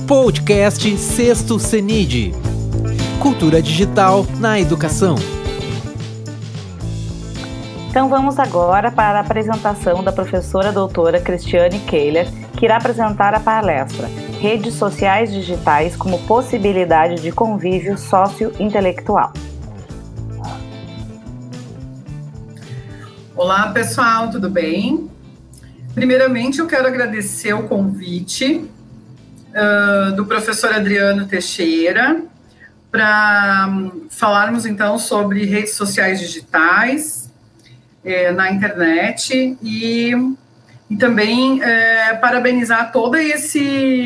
Podcast Sexto CENID. Cultura digital na educação. Então vamos agora para a apresentação da professora doutora Cristiane Kehler, que irá apresentar a palestra Redes Sociais Digitais como Possibilidade de Convívio Sociointelectual. Olá pessoal, tudo bem? Primeiramente eu quero agradecer o convite do professor Adriano Teixeira para falarmos então sobre redes sociais digitais na internet e também parabenizar toda essa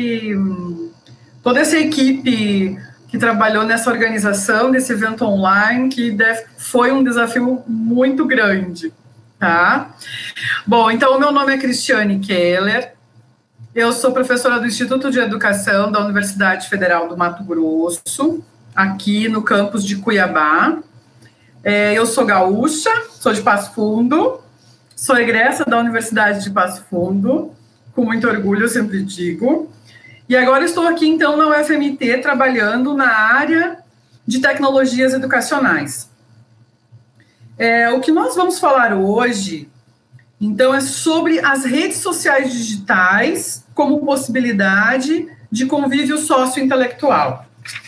equipe que trabalhou nessa organização desse evento online, que foi um desafio muito grande, tá? Bom, então o meu nome é Cristiane Kehler, eu sou professora do Instituto de Educação da Universidade Federal do Mato Grosso, aqui no campus de Cuiabá. Eu sou gaúcha, sou de Passo Fundo, sou egressa da Universidade de Passo Fundo, com muito orgulho, eu sempre digo. E agora estou aqui, então, na UFMT, trabalhando na área de tecnologias educacionais. O que nós vamos falar hoje, então, é sobre as redes sociais digitais como possibilidade de convívio sociointelectual.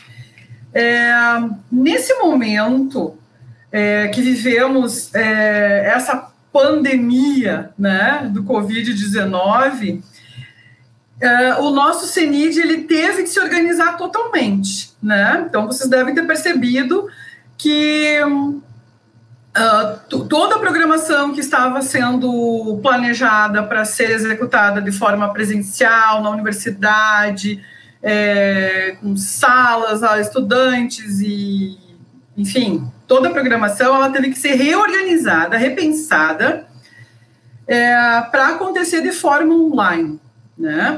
Nesse momento que vivemos essa pandemia, né, do Covid-19, o nosso CENID ele teve que se organizar totalmente, né? Então, vocês devem ter percebido que toda a programação que estava sendo planejada para ser executada de forma presencial na universidade, com salas, estudantes e, enfim, toda a programação ela teve que ser reorganizada, repensada para acontecer de forma online, né?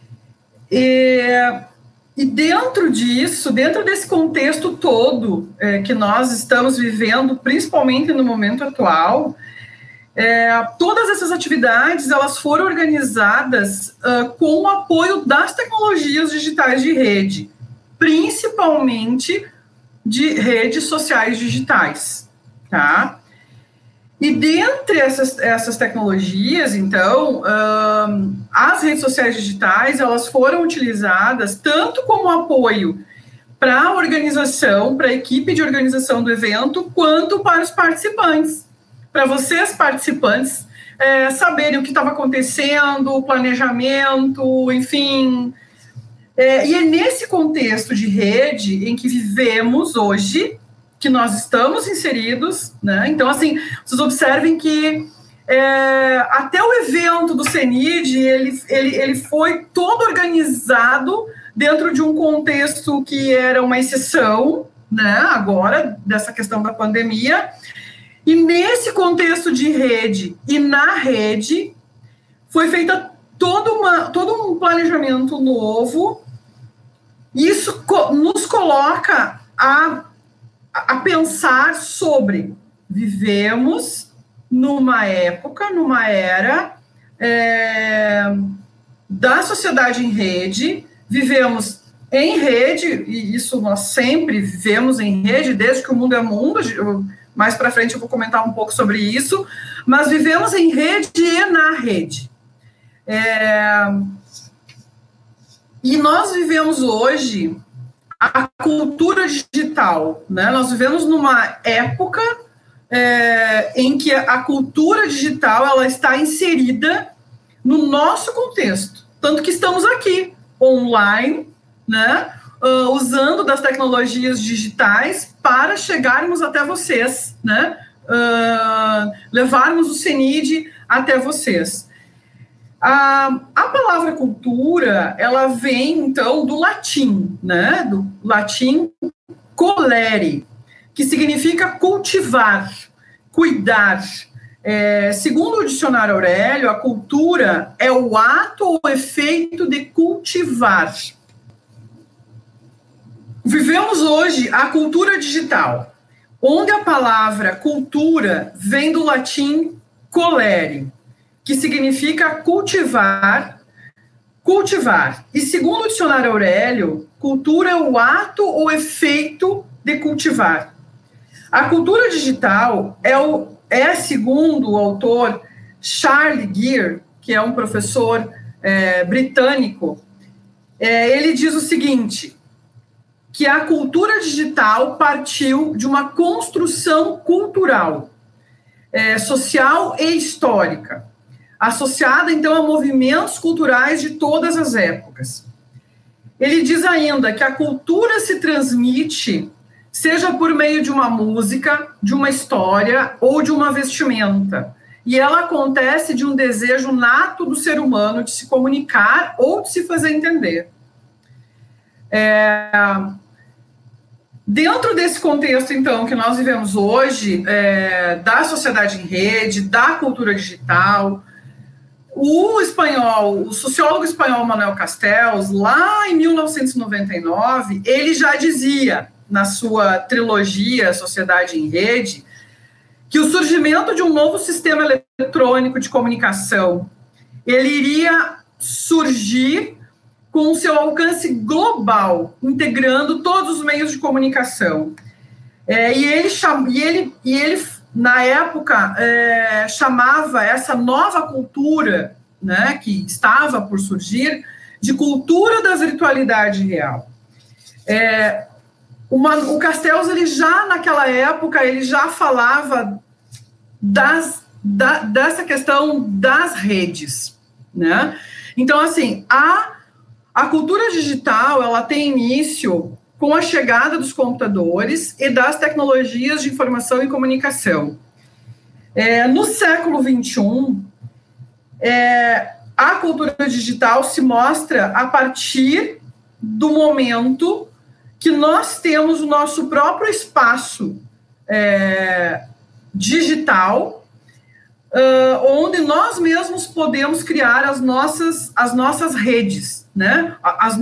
E dentro disso, dentro desse contexto todo que nós estamos vivendo, principalmente no momento atual, todas essas atividades elas foram organizadas com o apoio das tecnologias digitais de rede, principalmente de redes sociais digitais, tá? E dentre essas tecnologias, então, as redes sociais digitais, elas foram utilizadas tanto como apoio para a organização, para a equipe de organização do evento, quanto para os participantes. Para vocês, participantes, saberem o que estava acontecendo, o planejamento, enfim. E é nesse contexto de rede em que vivemos hoje, que nós estamos inseridos, né? Então, assim, vocês observem que até o evento do CENID, ele foi todo organizado dentro de um contexto que era uma exceção, né? Agora, dessa questão da pandemia. E nesse contexto de rede e na rede, foi feita todo um planejamento novo. Isso nos coloca a pensar sobre vivemos numa época, numa era da sociedade em rede, vivemos em rede, e isso nós sempre vivemos em rede, desde que o mundo é mundo, mais para frente eu vou comentar um pouco sobre isso, mas vivemos em rede e na rede. E nós vivemos hoje a cultura digital, né? Nós vivemos numa época em que a cultura digital ela está inserida no nosso contexto, tanto que estamos aqui online, né? Usando das tecnologias digitais para chegarmos até vocês, né? Levarmos o CENID até vocês. A palavra cultura, ela vem, então, do latim, né? Do latim colere, que significa cultivar, cuidar. Segundo o dicionário Aurélio, a cultura é o ato ou efeito de cultivar. Vivemos hoje a cultura digital, onde a palavra cultura vem do latim colere, que significa cultivar, Cultivar. E segundo o dicionário Aurélio, cultura é o ato ou efeito de cultivar. A cultura digital é segundo o autor Charles Geer, que é um professor britânico, ele diz o seguinte, que a cultura digital partiu de uma construção cultural, social e histórica, associada, então, a movimentos culturais de todas as épocas. Ele diz ainda que a cultura se transmite, seja por meio de uma música, de uma história ou de uma vestimenta, e ela acontece de um desejo nato do ser humano de se comunicar ou de se fazer entender. Dentro desse contexto, então, que nós vivemos hoje, da sociedade em rede, da cultura digital, o sociólogo espanhol Manuel Castells, lá em 1999, ele já dizia, na sua trilogia Sociedade em Rede, que o surgimento de um novo sistema eletrônico de comunicação, ele iria surgir com o seu alcance global, integrando todos os meios de comunicação. E ele na época, chamava essa nova cultura, né, que estava por surgir, de cultura da virtualidade real. O Castells, ele já naquela época, ele já falava dessa questão das redes, né? Então, assim, a cultura digital, ela tem início com a chegada dos computadores e das tecnologias de informação e comunicação. No século XXI, a cultura digital se mostra a partir do momento que nós temos o nosso próprio espaço digital, onde nós mesmos podemos criar as nossas redes, né?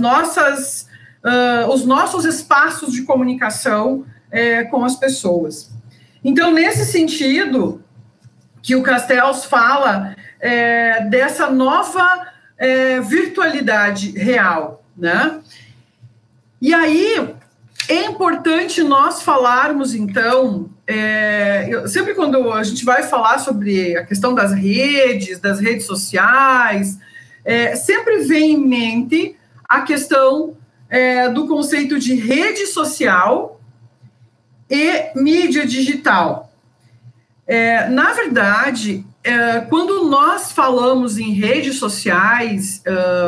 Os nossos espaços de comunicação com as pessoas. Então, nesse sentido, que o Castells fala dessa nova virtualidade real, né? E aí, é importante nós falarmos, então, sempre quando a gente vai falar sobre a questão das redes sociais, sempre vem em mente a questão do conceito de rede social e mídia digital. Na verdade, quando nós falamos em redes sociais,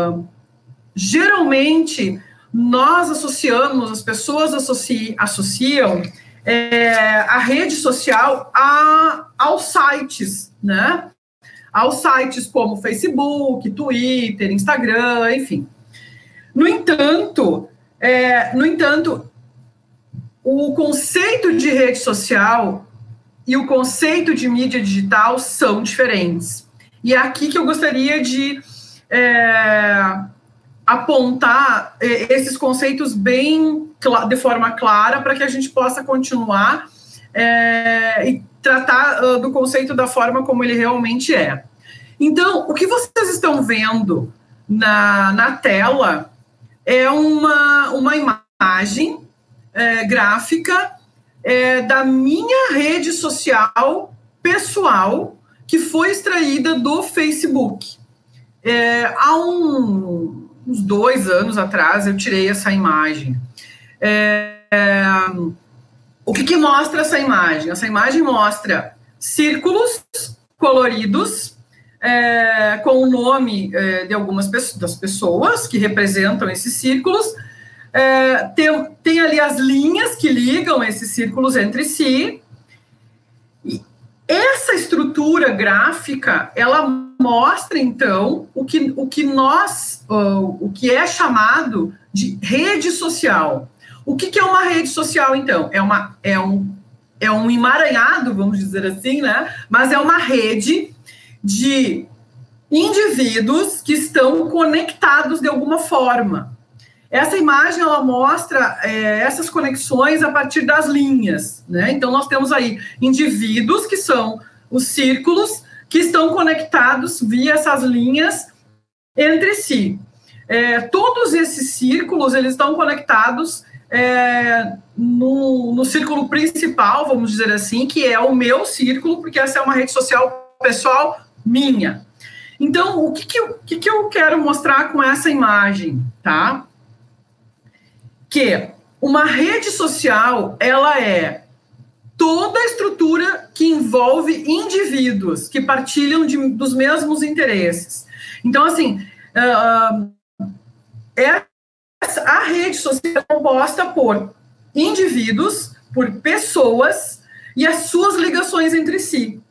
geralmente nós associamos, as pessoas associam a rede social aos sites, né? Aos sites como Facebook, Twitter, Instagram, enfim. No entanto, o conceito de rede social e o conceito de mídia digital são diferentes. E é aqui que eu gostaria de apontar esses conceitos de forma clara para que a gente possa continuar e tratar do conceito da forma como ele realmente é. Então, o que vocês estão vendo na tela é uma imagem gráfica da minha rede social pessoal que foi extraída do Facebook. Há uns 2 anos atrás eu tirei essa imagem. O que mostra essa imagem? Essa imagem mostra círculos coloridos com o nome de algumas das pessoas que representam esses círculos. Tem ali as linhas que ligam esses círculos entre si. E essa estrutura gráfica, ela mostra, então, o que é chamado de rede social. O que é uma rede social, então? É um emaranhado, vamos dizer assim, né? Mas é uma rede de indivíduos que estão conectados de alguma forma. Essa imagem, ela mostra essas conexões a partir das linhas, né? Então, nós temos aí indivíduos, que são os círculos, que estão conectados via essas linhas entre si. todos esses círculos, eles estão conectados no círculo principal, vamos dizer assim, que é o meu círculo, porque essa é uma rede social pessoal minha. Então, o que eu quero mostrar com essa imagem, tá? Que uma rede social, ela é toda a estrutura que envolve indivíduos que partilham dos mesmos interesses. Então, assim, a rede social é composta por indivíduos, por pessoas e as suas ligações entre si.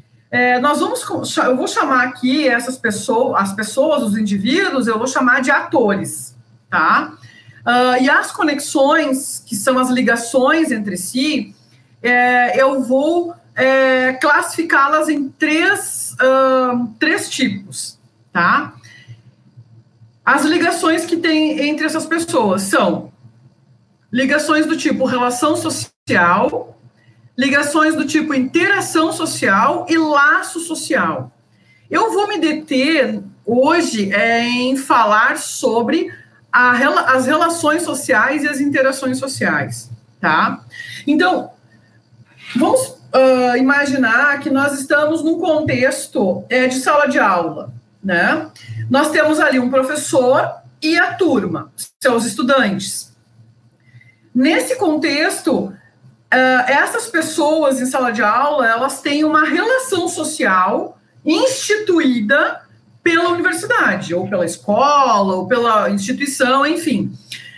Eu vou chamar aqui as pessoas, os indivíduos, eu vou chamar de atores, tá? E as conexões, que são as ligações entre si, eu vou classificá-las em três tipos, tá? As ligações que tem entre essas pessoas são ligações do tipo relação social, ligações do tipo interação social e laço social. Eu vou me deter hoje em falar sobre as relações sociais e as interações sociais, tá? Então, vamos imaginar que nós estamos num contexto de sala de aula, né? Nós temos ali um professor e a turma, seus estudantes. Nesse contexto, essas pessoas em sala de aula, elas têm uma relação social instituída pela universidade, ou pela escola, ou pela instituição, enfim.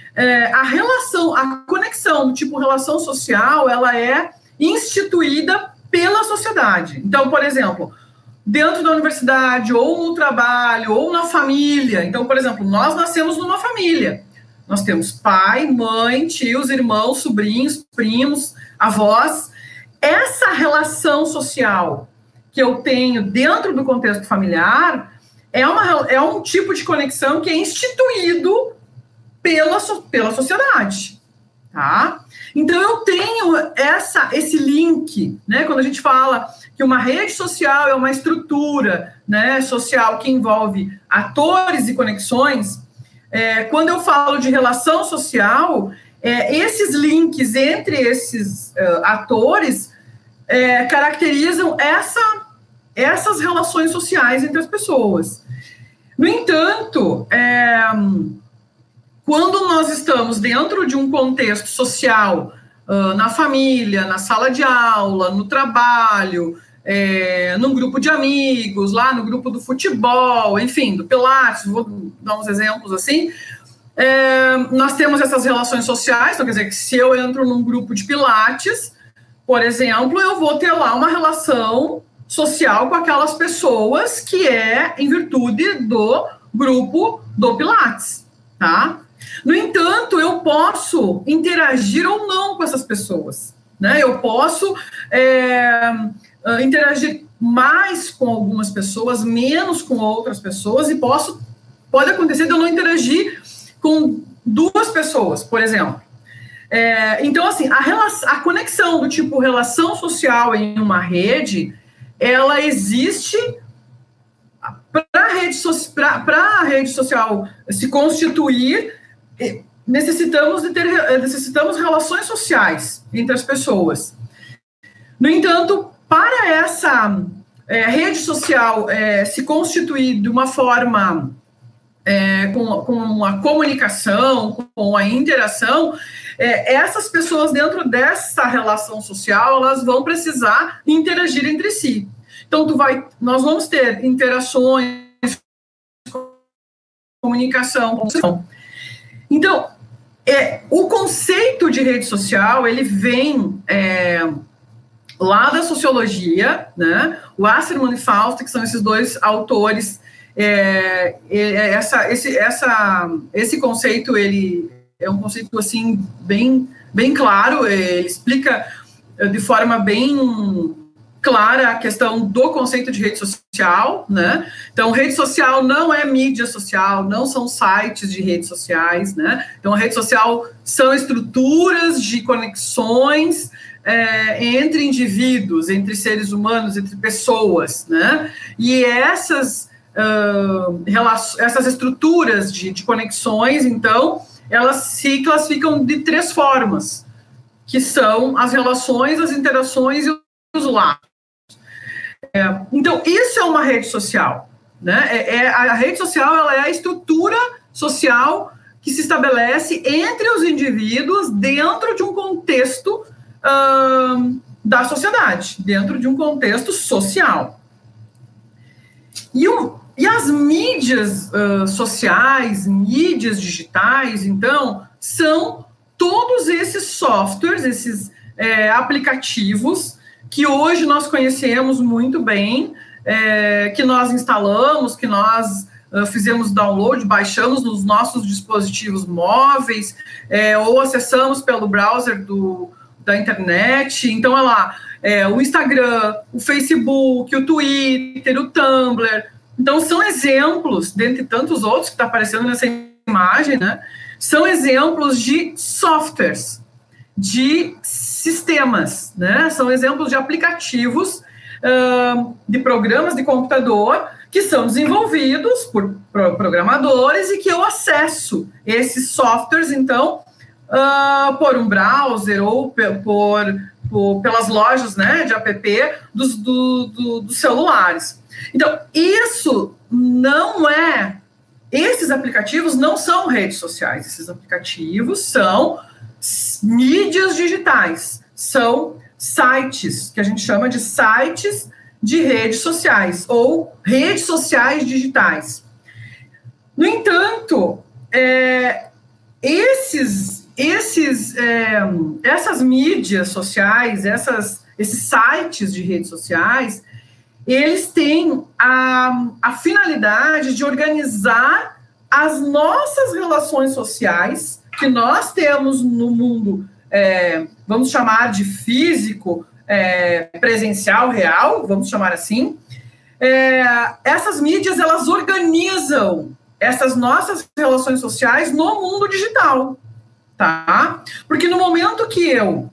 A conexão do tipo relação social, ela é instituída pela sociedade. Então, por exemplo, dentro da universidade, ou no trabalho, ou na família. Então, por exemplo, nós nascemos numa família. Nós temos pai, mãe, tios, irmãos, sobrinhos, primos, avós. Essa relação social que eu tenho dentro do contexto familiar é um tipo de conexão que é instituído pela sociedade, tá? Então, eu tenho esse link, né? Quando a gente fala que uma rede social é uma estrutura, né, social que envolve atores e conexões, quando eu falo de relação social, esses links entre esses atores caracterizam essas relações sociais entre as pessoas. No entanto, quando nós estamos dentro de um contexto social, na família, na sala de aula, no trabalho, num grupo de amigos, lá no grupo do futebol, enfim, do Pilates, vou dar uns exemplos assim, nós temos essas relações sociais, então quer dizer que se eu entro num grupo de Pilates, por exemplo, eu vou ter lá uma relação social com aquelas pessoas que é em virtude do grupo do Pilates, tá? No entanto, eu posso interagir ou não com essas pessoas, né? Eu posso interagir mais com algumas pessoas, menos com outras pessoas, e pode acontecer de eu não interagir com duas pessoas, por exemplo. Então, assim, a conexão do tipo relação social em uma rede, ela existe para a rede social se constituir. Necessitamos relações sociais entre as pessoas. No entanto, para essa rede social se constituir de uma forma com a comunicação, com a interação, essas pessoas dentro dessa relação social, elas vão precisar interagir entre si. Então, nós vamos ter interações, comunicação. Então, o conceito de rede social, ele vem lá da sociologia, né? O Wasserman e Fausto, que são esses dois autores, esse conceito, ele é um conceito, assim, bem claro, ele explica de forma bem clara a questão do conceito de rede social, né? Então, rede social não é mídia social, não são sites de redes sociais, né? Então, a rede social são estruturas de conexões entre indivíduos, entre seres humanos, entre pessoas, né? E essas essas estruturas de conexões, então, elas se classificam de 3 formas, que são as relações, as interações e os laços. Então, isso é uma rede social, né? A rede social, ela é a estrutura social que se estabelece entre os indivíduos dentro de um contexto da sociedade, dentro de um contexto social. E as mídias sociais, mídias digitais, então, são todos esses softwares, esses aplicativos que hoje nós conhecemos muito bem, que nós instalamos, que nós fizemos download, baixamos nos nossos dispositivos móveis, ou acessamos pelo browser da internet. Então, o Instagram, o Facebook, o Twitter, o Tumblr. Então, são exemplos, dentre tantos outros que está aparecendo nessa imagem, né? São exemplos de softwares, de sistemas, né? São exemplos de aplicativos, de programas de computador que são desenvolvidos por programadores e que eu acesso esses softwares, então, por um browser ou pelas lojas, né, de app dos celulares. Então, esses aplicativos não são redes sociais, esses aplicativos são mídias digitais, são sites, que a gente chama de sites de redes sociais, ou redes sociais digitais. No entanto, essas mídias sociais, esses sites de redes sociais, eles têm a finalidade de organizar as nossas relações sociais que nós temos no mundo, vamos chamar de físico, presencial, real, vamos chamar assim. Essas mídias, elas organizam essas nossas relações sociais no mundo digital, tá? Porque no momento que eu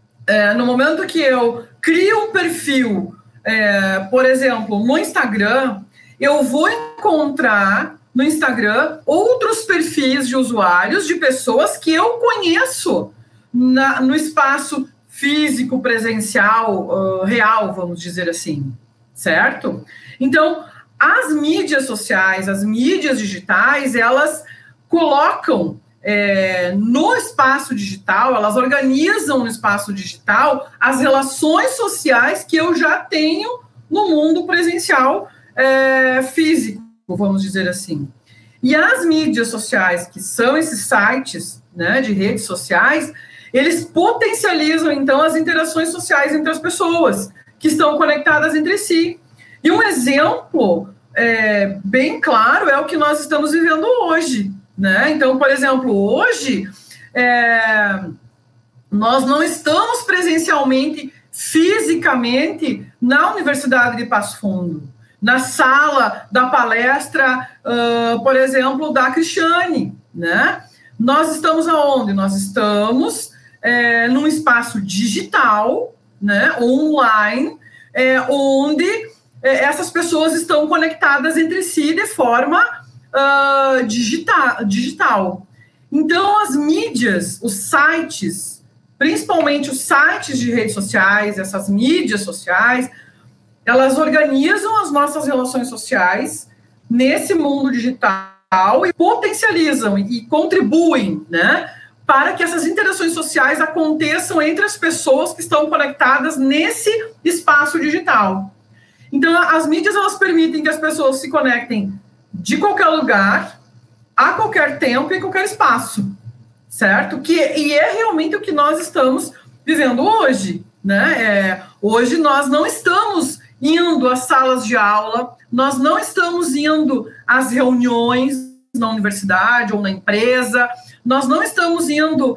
crio um perfil, por exemplo, no Instagram, eu vou encontrar no Instagram outros perfis de usuários, de pessoas que eu conheço no espaço físico, presencial, real, vamos dizer assim, certo? Então, as mídias sociais, as mídias digitais, elas colocam no espaço digital, elas organizam no espaço digital as relações sociais que eu já tenho no mundo presencial físico, vamos dizer assim. E as mídias sociais, que são esses sites, né, de redes sociais, eles potencializam, então, as interações sociais entre as pessoas que estão conectadas entre si. E um exemplo bem claro é o que nós estamos vivendo hoje, né? Então, por exemplo, hoje, nós não estamos presencialmente, fisicamente, na Universidade de Passo Fundo, na sala da palestra, por exemplo, da Cristiane, né? Nós estamos aonde? Nós estamos num espaço digital, né, online, onde essas pessoas estão conectadas entre si de forma digital. Então, as mídias, os sites, principalmente os sites de redes sociais, essas mídias sociais, elas organizam as nossas relações sociais nesse mundo digital e potencializam e contribuem, né, para que essas interações sociais aconteçam entre as pessoas que estão conectadas nesse espaço digital. Então, as mídias, elas permitem que as pessoas se conectem de qualquer lugar, a qualquer tempo e em qualquer espaço, certo? E é realmente o que nós estamos vivendo hoje, né? Hoje nós não estamos indo às salas de aula, nós não estamos indo às reuniões na universidade ou na empresa, nós não estamos indo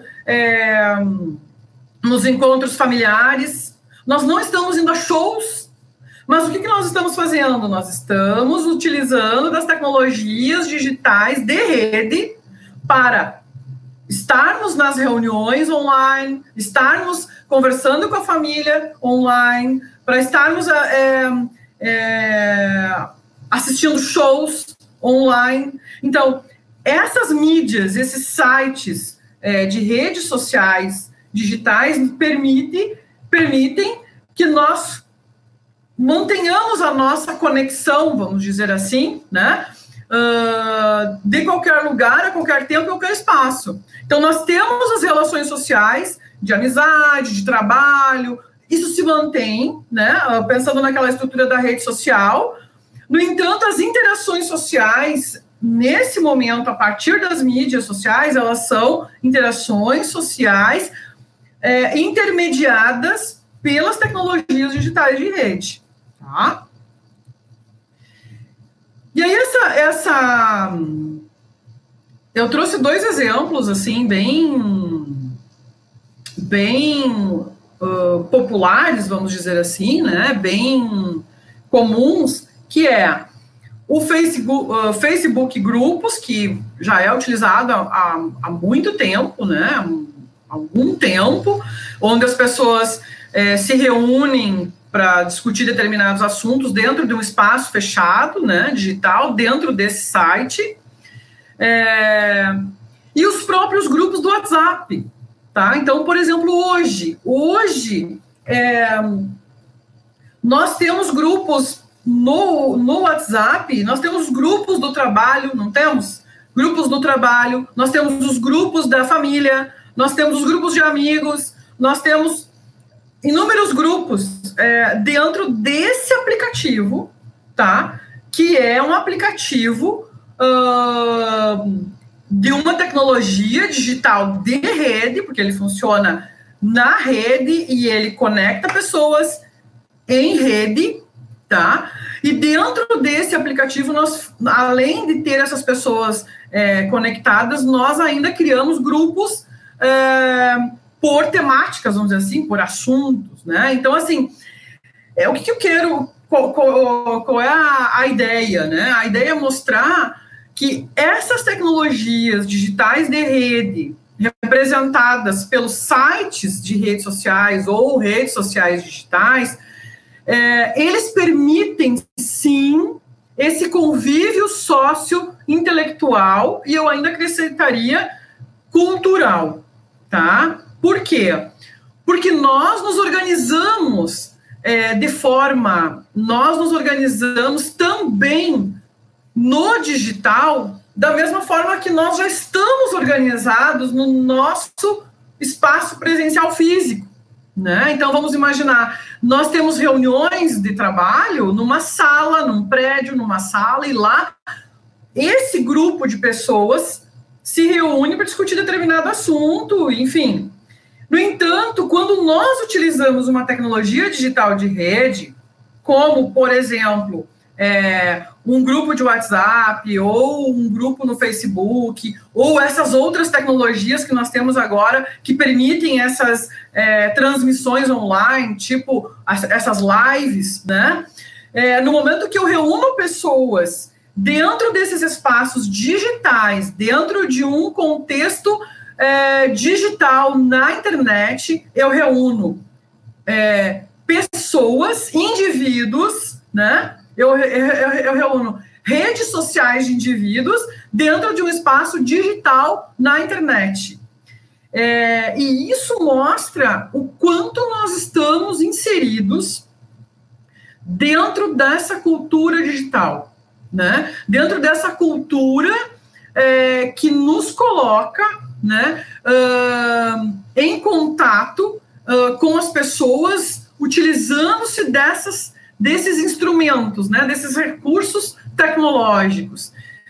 nos encontros familiares, nós não estamos indo a shows, mas o que nós estamos fazendo? Nós estamos utilizando das tecnologias digitais de rede para estarmos nas reuniões online, estarmos conversando com a família online, para estarmos assistindo shows online. Então, essas mídias, esses sites de redes sociais digitais permitem que nós mantenhamos a nossa conexão, vamos dizer assim, né? De qualquer lugar, a qualquer tempo, a qualquer espaço. Então, nós temos as relações sociais de amizade, de trabalho, isso se mantém, né? Pensando naquela estrutura da rede social. No entanto, as interações sociais, nesse momento, a partir das mídias sociais, elas são interações sociais intermediadas pelas tecnologias digitais de rede, tá? E aí, eu trouxe 2 exemplos, assim, bem populares, vamos dizer assim, né, bem comuns, que é o Facebook Grupos, que já é utilizado há muito tempo, né, há algum tempo, onde as pessoas se reúnem para discutir determinados assuntos dentro de um espaço fechado, né, digital, dentro desse site, e os próprios grupos do WhatsApp, tá? Então, por exemplo, hoje nós temos grupos no WhatsApp, nós temos grupos do trabalho, não temos? Grupos do trabalho, nós temos os grupos da família, nós temos os grupos de amigos, nós temos inúmeros grupos dentro desse aplicativo, tá? Que é um aplicativo de uma tecnologia digital de rede, porque ele funciona na rede e ele conecta pessoas em rede, tá? E dentro desse aplicativo, nós, além de ter essas pessoas conectadas, nós ainda criamos grupos por temáticas, vamos dizer assim, por assuntos, né? Então, assim, o que eu quero, qual é a ideia, né? A ideia é mostrar que essas tecnologias digitais de rede, representadas pelos sites de redes sociais ou redes sociais digitais, eles permitem, sim, esse convívio sócio-intelectual, e eu ainda acrescentaria cultural, tá? Por quê? Porque nós nos organizamos nós nos organizamos também no digital, da mesma forma que nós já estamos organizados no nosso espaço presencial físico, né? Então, vamos imaginar, nós temos reuniões de trabalho numa sala, num prédio, numa sala, e lá esse grupo de pessoas se reúne para discutir determinado assunto, enfim. No entanto, quando nós utilizamos uma tecnologia digital de rede, como, por exemplo, um grupo de WhatsApp, ou um grupo no Facebook, ou essas outras tecnologias que nós temos agora, que permitem essas transmissões online, tipo essas lives, né? No momento que eu reúno pessoas dentro desses espaços digitais, dentro de um contexto digital na internet, eu reúno pessoas, indivíduos, né? Eu reúno redes sociais de indivíduos dentro de um espaço digital na internet. E isso mostra o quanto nós estamos inseridos dentro dessa cultura digital, né? Dentro dessa cultura que nos coloca, né, em contato com as pessoas, utilizando-se desses instrumentos, né, desses recursos tecnológicos.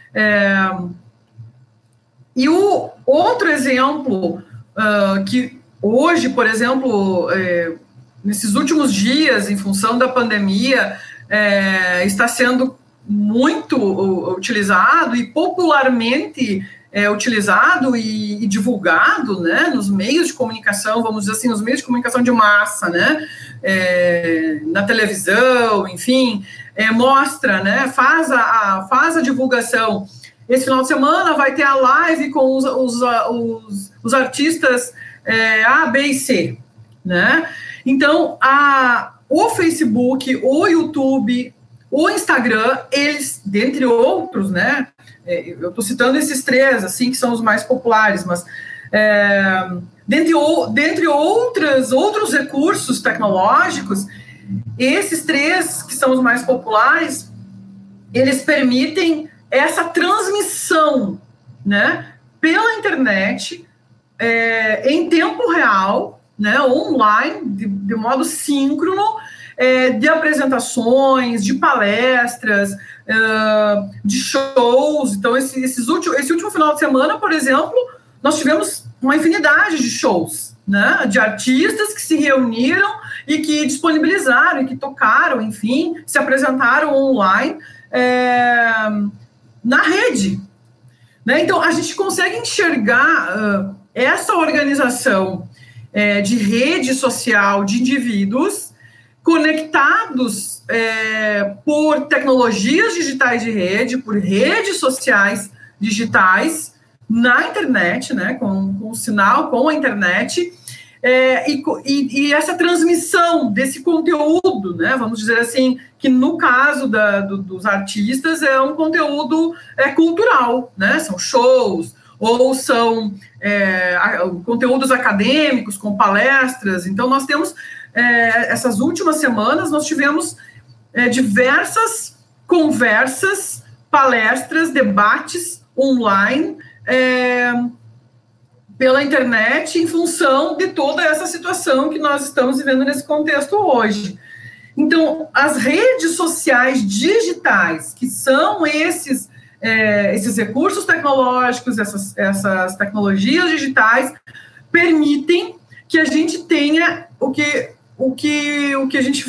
E o outro exemplo, que hoje, por exemplo, nesses últimos dias, em função da pandemia, está sendo muito utilizado e popularmente utilizado e divulgado, né, nos meios de comunicação, vamos dizer assim, nos meios de comunicação de massa, né, na televisão, enfim, mostra, né, faz a divulgação. Esse final de semana vai ter a live com os artistas A, B e C, né? Então, o Facebook, o YouTube, o Instagram, eles, dentre outros, né, eu estou citando esses 3, assim, que são os mais populares, mas dentre outros recursos tecnológicos, esses 3, que são os mais populares, eles permitem essa transmissão, né, pela internet, em tempo real, né, online, de modo síncrono, de apresentações, de palestras, de shows. Então, esse último final de semana, por exemplo, nós tivemos uma infinidade de shows, né, de artistas que se reuniram e que disponibilizaram, e que tocaram, enfim, se apresentaram online na rede. Né? Então, a gente consegue enxergar essa organização de rede social de indivíduos conectados por tecnologias digitais de rede, por redes sociais digitais na internet, né, com o sinal, com a internet, e essa transmissão desse conteúdo, né, vamos dizer assim, que no caso dos artistas é um conteúdo cultural, né, são shows, ou são conteúdos acadêmicos, com palestras. Então, nós temos, essas últimas semanas, nós tivemos diversas conversas, palestras, debates online, pela internet, em função de toda essa situação que nós estamos vivendo nesse contexto hoje. Então, as redes sociais digitais, que são esses recursos tecnológicos, essas tecnologias digitais, permitem que a gente tenha o que a gente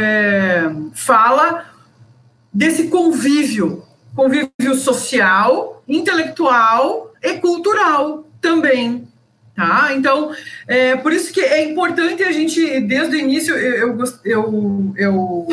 fala desse convívio social, intelectual e cultural também, tá? Então, por isso que é importante a gente, desde o início, eu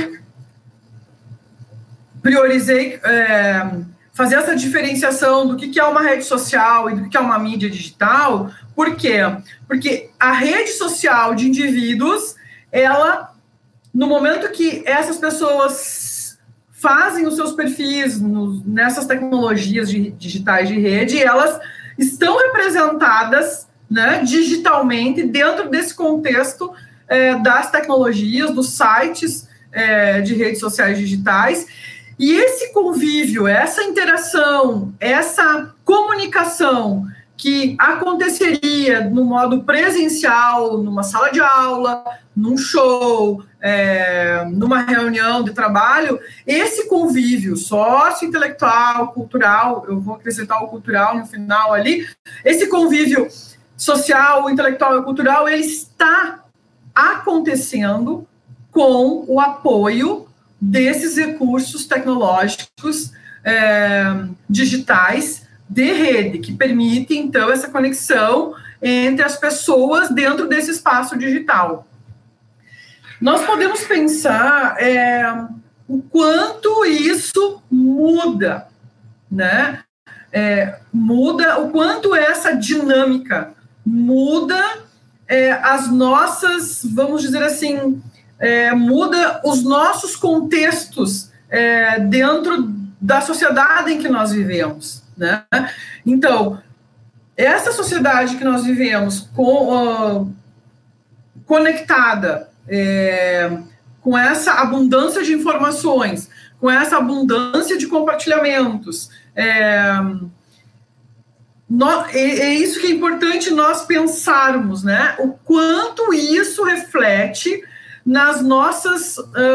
priorizei fazer essa diferenciação do que é uma rede social e do que é uma mídia digital. Por quê? Porque a rede social de indivíduos, ela, no momento que essas pessoas fazem os seus perfis nessas tecnologias digitais de rede, elas estão representadas, né, digitalmente dentro desse contexto das tecnologias, dos sites de redes sociais digitais. E esse convívio, essa interação, essa comunicação que aconteceria no modo presencial, numa sala de aula, num show, numa reunião de trabalho, esse convívio sócio-intelectual, cultural, eu vou acrescentar o cultural no final ali, esse convívio social, intelectual e cultural, ele está acontecendo com o apoio desses recursos tecnológicos digitais de rede, que permitem, então, essa conexão entre as pessoas dentro desse espaço digital. Nós podemos pensar o quanto isso muda, né? Muda, o quanto essa dinâmica muda as nossas, vamos dizer assim, muda os nossos contextos dentro da sociedade em que nós vivemos, né? Então, essa sociedade que nós vivemos conectada com essa abundância de informações, com essa abundância de compartilhamentos, é isso que é importante nós pensarmos, né? O quanto isso reflete nas nossas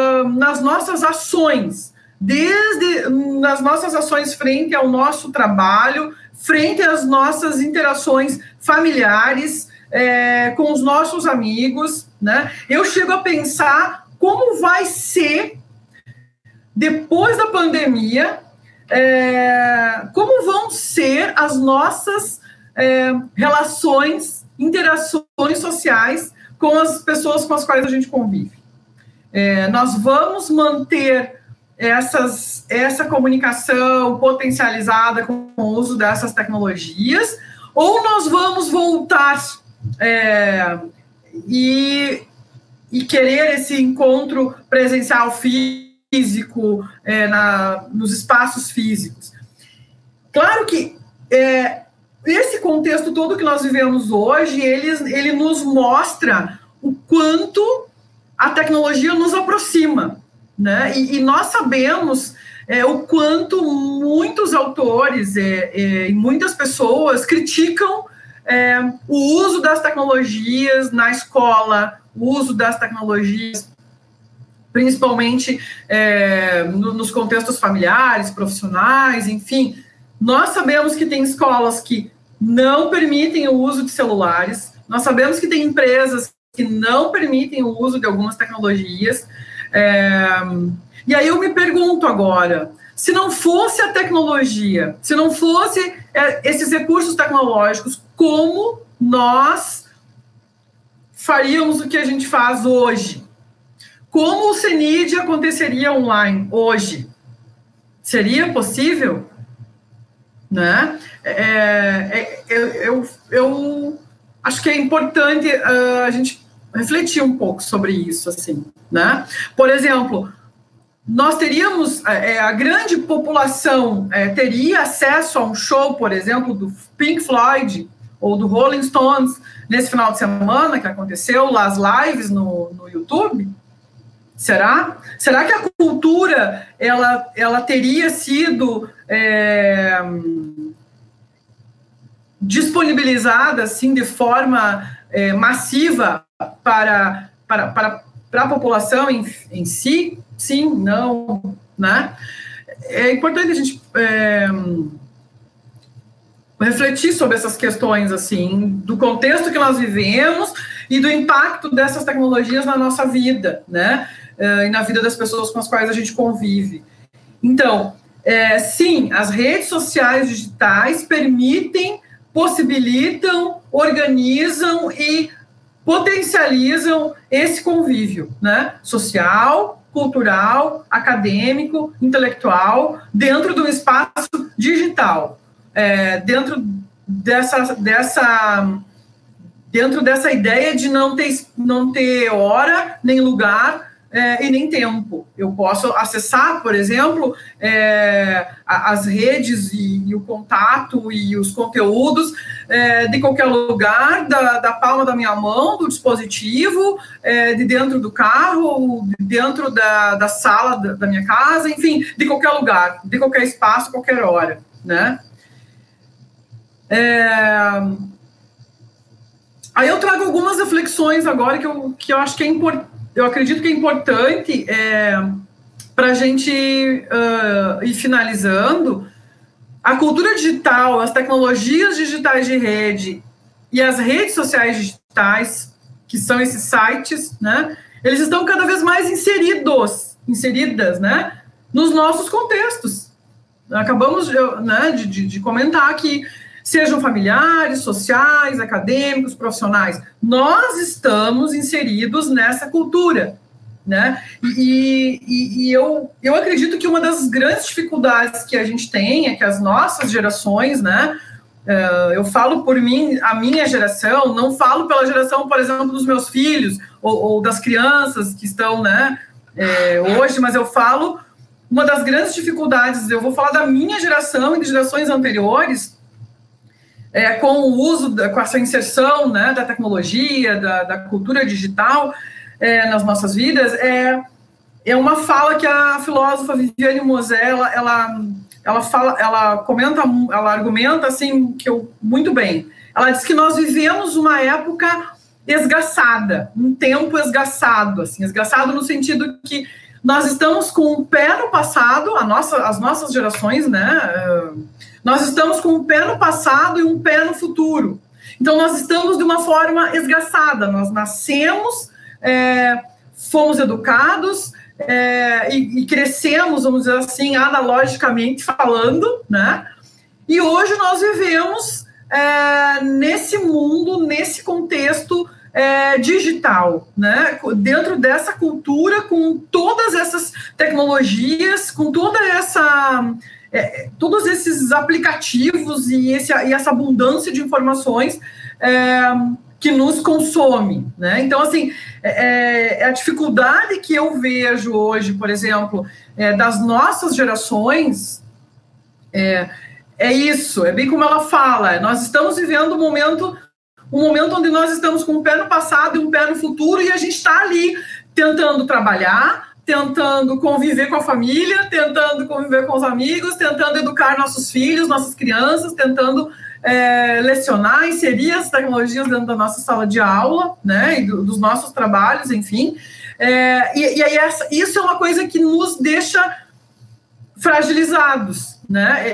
ações, desde nas nossas ações frente ao nosso trabalho, frente às nossas interações familiares, com os nossos amigos, né? Eu chego a pensar como vai ser, depois da pandemia, como vão ser as nossas relações, interações sociais com as pessoas com as quais a gente convive. Nós vamos manter essa comunicação potencializada com o uso dessas tecnologias, ou nós vamos voltar e querer esse encontro presencial físico, nos espaços físicos. Claro que esse contexto todo que nós vivemos hoje, ele nos mostra o quanto a tecnologia nos aproxima, né? E nós sabemos o quanto muitos autores e muitas pessoas criticam o uso das tecnologias na escola, o uso das tecnologias principalmente nos contextos familiares, profissionais, enfim. Nós sabemos que tem escolas que não permitem o uso de celulares, nós sabemos que tem empresas que não permitem o uso de algumas tecnologias. E aí eu me pergunto agora, se não fosse a tecnologia, se não fosse esses recursos tecnológicos, como nós faríamos o que a gente faz hoje? Como o CENID aconteceria online hoje? Seria possível? Né? Eu acho que é importante a gente refletir um pouco sobre isso, assim, né? Por exemplo, nós teríamos, a grande população teria acesso a um show, por exemplo, do Pink Floyd ou do Rolling Stones nesse final de semana que aconteceu, lá as lives no YouTube? Será? Será que a cultura ela teria sido disponibilizada assim de forma massiva para a população em si? Sim, não, né? É importante a gente refletir sobre essas questões assim, do contexto que nós vivemos e do impacto dessas tecnologias na nossa vida, né? E na vida das pessoas com as quais a gente convive. Então, sim, as redes sociais digitais permitem, possibilitam, organizam e potencializam esse convívio, né? Social, cultural, acadêmico, intelectual, dentro do espaço digital, dentro dessa ideia de não ter hora, nem lugar e nem tempo. Eu posso acessar, por exemplo, as redes e o contato e os conteúdos de qualquer lugar, da palma da minha mão, do dispositivo, de dentro do carro, de dentro da sala da minha casa, enfim, de qualquer lugar, de qualquer espaço, qualquer hora, né? Aí eu trago algumas reflexões agora que eu acho que eu acredito que é importante para a gente ir finalizando. A cultura digital, as tecnologias digitais de rede e as redes sociais digitais, que são esses sites, né, eles estão cada vez mais inseridas, né, nos nossos contextos. Acabamos de comentar que sejam familiares, sociais, acadêmicos, profissionais, nós estamos inseridos nessa cultura, né? E eu acredito que uma das grandes dificuldades que a gente tem é que as nossas gerações, né? Eu falo por mim, a minha geração, não falo pela geração, por exemplo, dos meus filhos ou das crianças que estão, né, hoje, mas eu falo uma das grandes dificuldades, eu vou falar da minha geração e de gerações anteriores, com o uso, com essa inserção, né, da tecnologia, da cultura digital nas nossas vidas, é uma fala que a filósofa Viviane Mosé, ela fala, ela argumenta assim, muito bem. Ela diz que nós vivemos uma época esgaçada, um tempo esgaçado, assim, esgaçado no sentido que nós estamos com o pé no passado, as nossas gerações, né, nós estamos com um pé no passado e um pé no futuro. Então, nós estamos de uma forma esgaçada. Nós nascemos, fomos educados e crescemos, vamos dizer assim, analogicamente falando, né? E hoje nós vivemos nesse mundo, nesse contexto digital, né? Dentro dessa cultura, com todas essas tecnologias, com toda essa... todos esses aplicativos e essa abundância de informações que nos consome, né? Então, assim, a dificuldade que eu vejo hoje, por exemplo, das nossas gerações, é isso, é bem como ela fala, nós estamos vivendo um momento onde nós estamos com um pé no passado e um pé no futuro, e a gente está ali tentando trabalhar, tentando conviver com a família, tentando conviver com os amigos, tentando educar nossos filhos, nossas crianças, tentando lecionar, inserir as tecnologias dentro da nossa sala de aula, né, e dos nossos trabalhos, enfim. E aí isso é uma coisa que nos deixa fragilizados, né?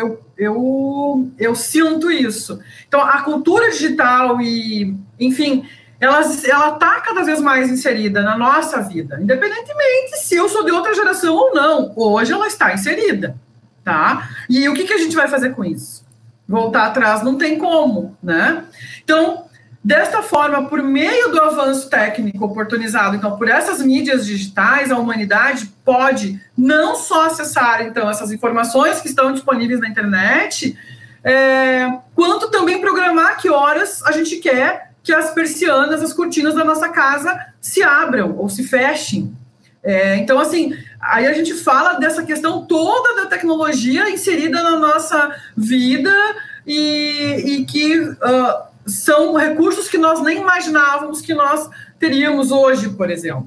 Eu sinto isso. Então, a cultura digital e, enfim, ela está cada vez mais inserida na nossa vida, independentemente se eu sou de outra geração ou não. Hoje ela está inserida, tá? E o que a gente vai fazer com isso? Voltar atrás não tem como, né? Então, desta forma, por meio do avanço técnico oportunizado, então, por essas mídias digitais, a humanidade pode não só acessar, então, essas informações que estão disponíveis na internet, quanto também programar que horas a gente quer que as persianas, as cortinas da nossa casa se abram ou se fechem. Então, assim, aí a gente fala dessa questão toda da tecnologia inserida na nossa vida e que são recursos que nós nem imaginávamos que nós teríamos hoje, por exemplo.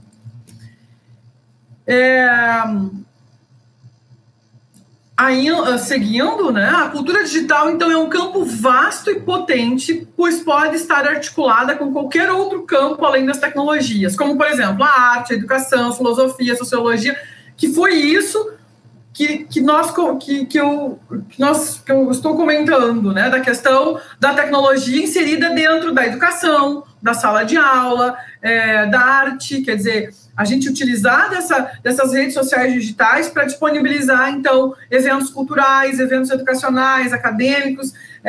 Aí, seguindo, né, a cultura digital, então, é um campo vasto e potente, pois pode estar articulada com qualquer outro campo além das tecnologias, como, por exemplo, a arte, a educação, a filosofia, a sociologia, que foi isso que eu estou comentando, né, da questão da tecnologia inserida dentro da educação, da sala de aula, da arte, quer dizer, a gente utilizar dessas redes sociais digitais para disponibilizar, então, eventos culturais, eventos educacionais, acadêmicos,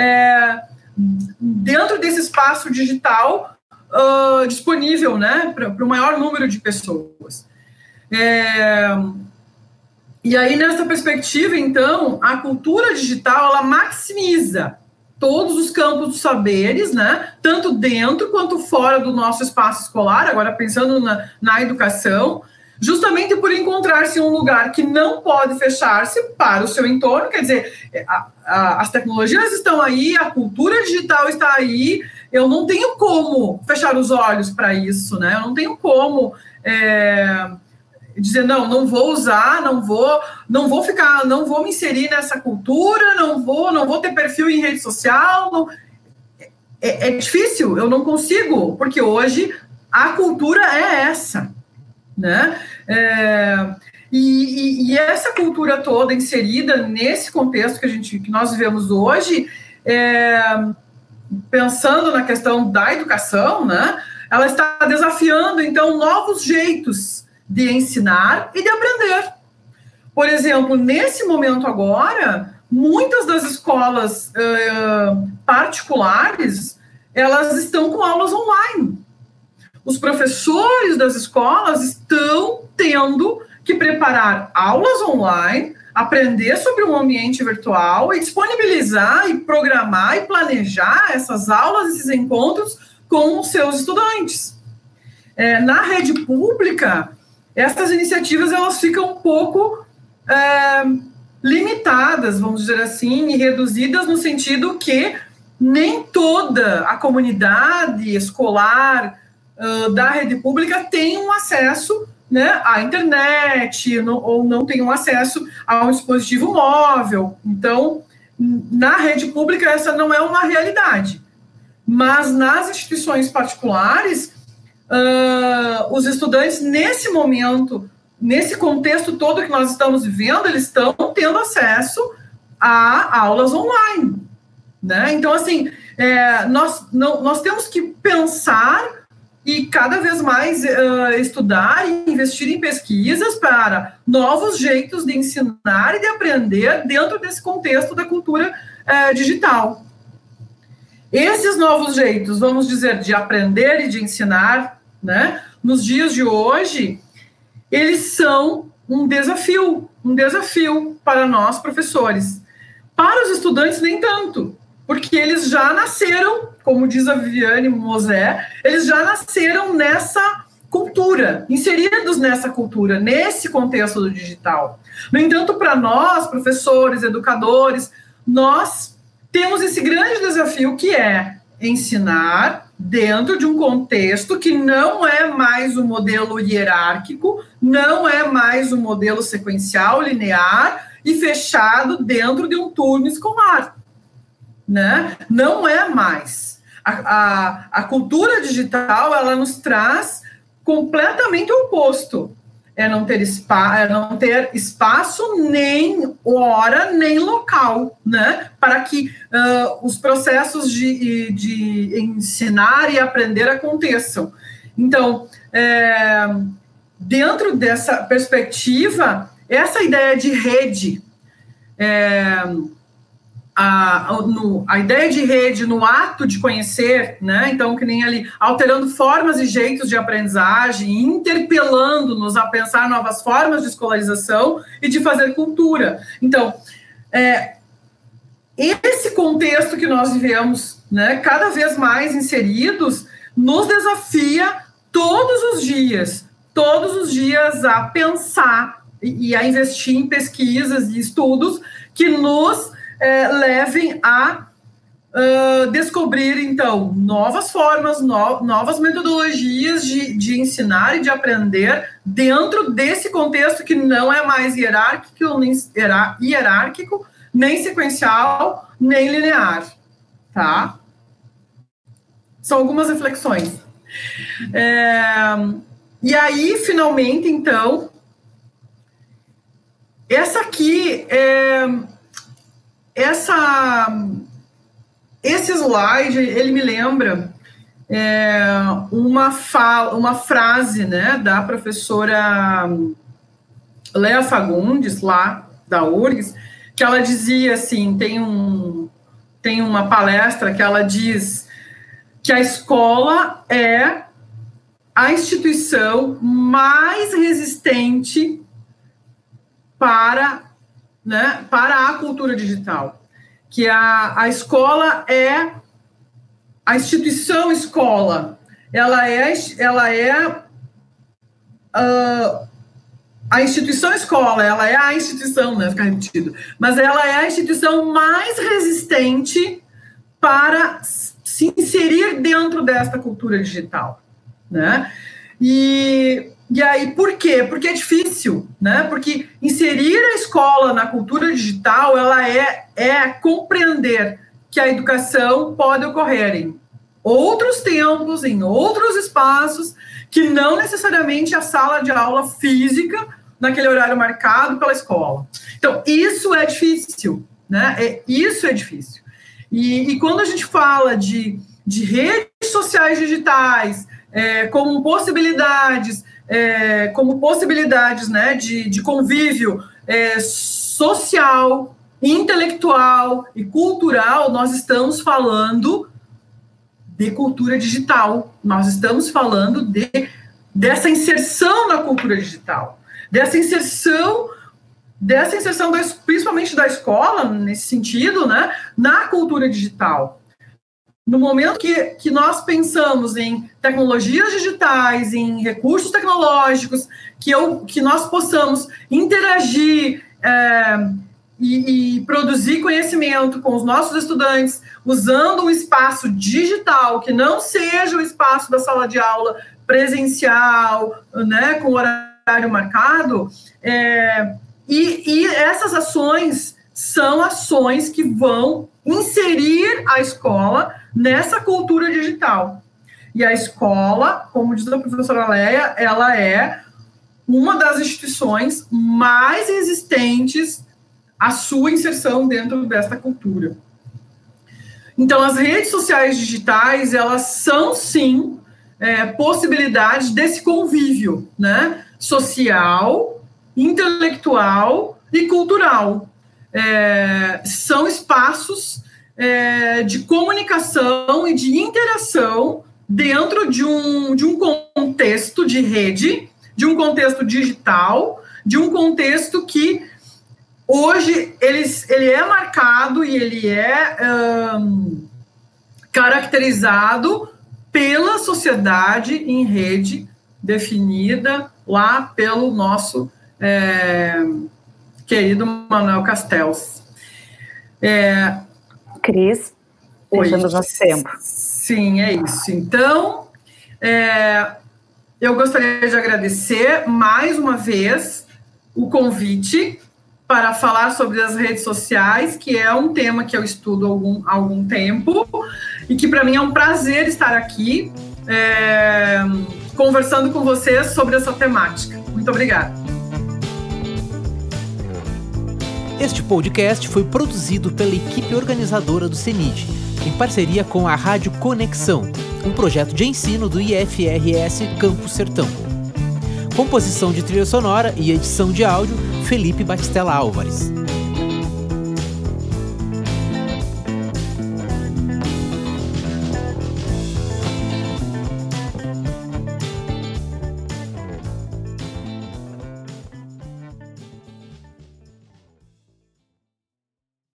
dentro desse espaço digital disponível, né, para o maior número de pessoas. E aí, nessa perspectiva, então, a cultura digital, ela maximiza todos os campos dos saberes, né, tanto dentro quanto fora do nosso espaço escolar, agora pensando na educação, justamente por encontrar-se em um lugar que não pode fechar-se para o seu entorno, quer dizer, as tecnologias estão aí, a cultura digital está aí, eu não tenho como fechar os olhos para isso, né, eu não tenho como dizer, não vou usar, não vou me inserir nessa cultura, não vou ter perfil em rede social, é difícil, eu não consigo, porque hoje a cultura é essa, né? E essa cultura toda inserida nesse contexto que nós vivemos hoje, pensando na questão da educação, né? Ela está desafiando, então, novos jeitos de ensinar e de aprender. Por exemplo, nesse momento agora, muitas das escolas particulares, elas estão com aulas online. Os professores das escolas estão tendo que preparar aulas online, aprender sobre um ambiente virtual e disponibilizar e programar e planejar essas aulas, esses encontros com os seus estudantes. Na rede pública, essas iniciativas elas ficam um pouco limitadas, vamos dizer assim, e reduzidas no sentido que nem toda a comunidade escolar da rede pública tem um acesso, né, à internet, ou não tem um acesso a um dispositivo móvel. Então, na rede pública, essa não é uma realidade. Mas nas instituições particulares, os estudantes, nesse momento, nesse contexto todo que nós estamos vivendo, eles estão tendo acesso a aulas online, né? Então, assim, nós temos que pensar e cada vez mais estudar e investir em pesquisas para novos jeitos de ensinar e de aprender dentro desse contexto da cultura digital. Esses novos jeitos, vamos dizer, de aprender e de ensinar, né, nos dias de hoje, eles são um desafio para nós, professores. Para os estudantes, nem tanto, porque eles já nasceram, como diz a Viviane Mosé, eles já nasceram nessa cultura, inseridos nessa cultura, nesse contexto do digital. No entanto, para nós, professores, educadores, nós temos esse grande desafio que é ensinar dentro de um contexto que não é mais o modelo hierárquico, não é mais o modelo sequencial, linear e fechado dentro de um turno escolar, né? Não é mais. A cultura digital, ela nos traz completamente o oposto. É não ter espaço, nem hora, nem local, né? Para que os processos de ensinar e aprender aconteçam. Então, dentro dessa perspectiva, essa ideia de rede, a ideia de rede no ato de conhecer, né? Então, que nem ali, alterando formas e jeitos de aprendizagem, interpelando-nos a pensar novas formas de escolarização e de fazer cultura. Então, esse contexto que nós vivemos, né, cada vez mais inseridos, nos desafia todos os dias a pensar e a investir em pesquisas e estudos que nos levem a descobrir, então, novas formas, novas metodologias de ensinar e de aprender dentro desse contexto que não é mais hierárquico, nem sequencial, nem linear, tá? São algumas reflexões. E aí, finalmente, então, essa aqui esse slide, ele me lembra uma frase, né, da professora Léa Fagundes, lá da URGS, que ela dizia assim, tem uma palestra que ela diz que a escola é a instituição mais resistente para a cultura digital, que a escola é a instituição escola, ela é a instituição escola, ela é a instituição, né, fica repetido, mas ela é a instituição mais resistente para se inserir dentro desta cultura digital, né? E aí, por quê? Porque é difícil, né? Porque inserir a escola na cultura digital, ela é compreender que a educação pode ocorrer em outros tempos, em outros espaços, que não necessariamente a sala de aula física, naquele horário marcado pela escola. Então, isso é difícil, né? Isso é difícil. E quando a gente fala de redes sociais digitais, como possibilidades, né, de convívio social, intelectual e cultural, nós estamos falando de cultura digital, nós estamos falando dessa inserção na cultura digital, dessa inserção principalmente da escola, nesse sentido, né, na cultura digital. No momento que nós pensamos em tecnologias digitais, em recursos tecnológicos, que nós possamos interagir e produzir conhecimento com os nossos estudantes, usando um espaço digital, que não seja o espaço da sala de aula presencial, né, com horário marcado, e essas ações são ações que vão inserir a escola nessa cultura digital. E a escola, como diz a professora Léa, ela é uma das instituições mais resistentes à sua inserção dentro dessa cultura. Então, as redes sociais digitais, elas são, sim, possibilidades desse convívio, né, social, intelectual e cultural. São espaços de comunicação e de interação dentro de um contexto de rede, de um contexto digital, de um contexto que hoje ele é marcado e ele é caracterizado pela sociedade em rede definida lá pelo nosso querido Manuel Castells. Cris, fechando nosso tempo. Sim, é isso. Então, eu gostaria de agradecer mais uma vez o convite para falar sobre as redes sociais, que é um tema que eu estudo há algum tempo e que para mim é um prazer estar aqui conversando com vocês sobre essa temática. Muito obrigada. Este podcast foi produzido pela equipe organizadora do CENID, em parceria com a Rádio Conexão, um projeto de ensino do IFRS Campus Sertão. Composição de trilha sonora e edição de áudio, Felipe Batistella Álvares.